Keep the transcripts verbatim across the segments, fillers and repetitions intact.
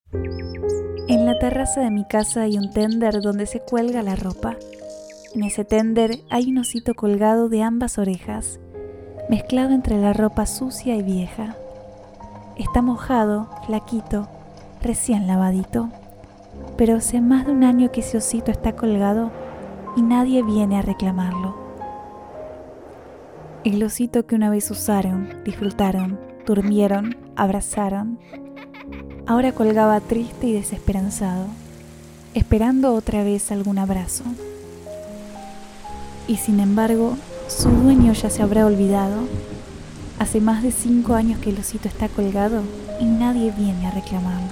En la terraza de mi casa hay un tender donde se cuelga la ropa. En ese tender hay un osito colgado de ambas orejas, mezclado entre la ropa sucia y vieja. Está mojado, flaquito, recién lavadito, pero hace más de un año que ese osito está colgado y nadie viene a reclamarlo. El osito que una vez usaron, disfrutaron, durmieron, abrazaron, ahora colgaba triste y desesperanzado, esperando otra vez algún abrazo. Y sin embargo, su dueño ya se habrá olvidado. Hace más de cinco años que el osito está colgado y nadie viene a reclamarlo.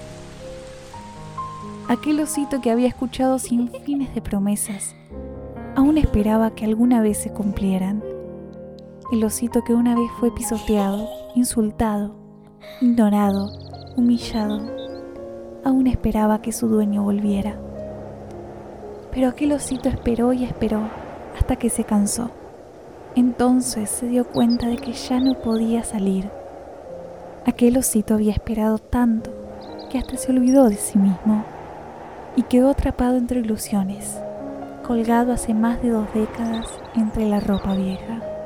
Aquel osito que había escuchado sin fines de promesas, aún esperaba que alguna vez se cumplieran. El osito que una vez fue pisoteado, insultado, ignorado, humillado, aún esperaba que su dueño volviera. Pero aquel osito esperó y esperó hasta que se cansó. Entonces se dio cuenta de que ya no podía salir. Aquel osito había esperado tanto que hasta se olvidó de sí mismo y quedó atrapado entre ilusiones, colgado hace más de dos décadas entre la ropa vieja.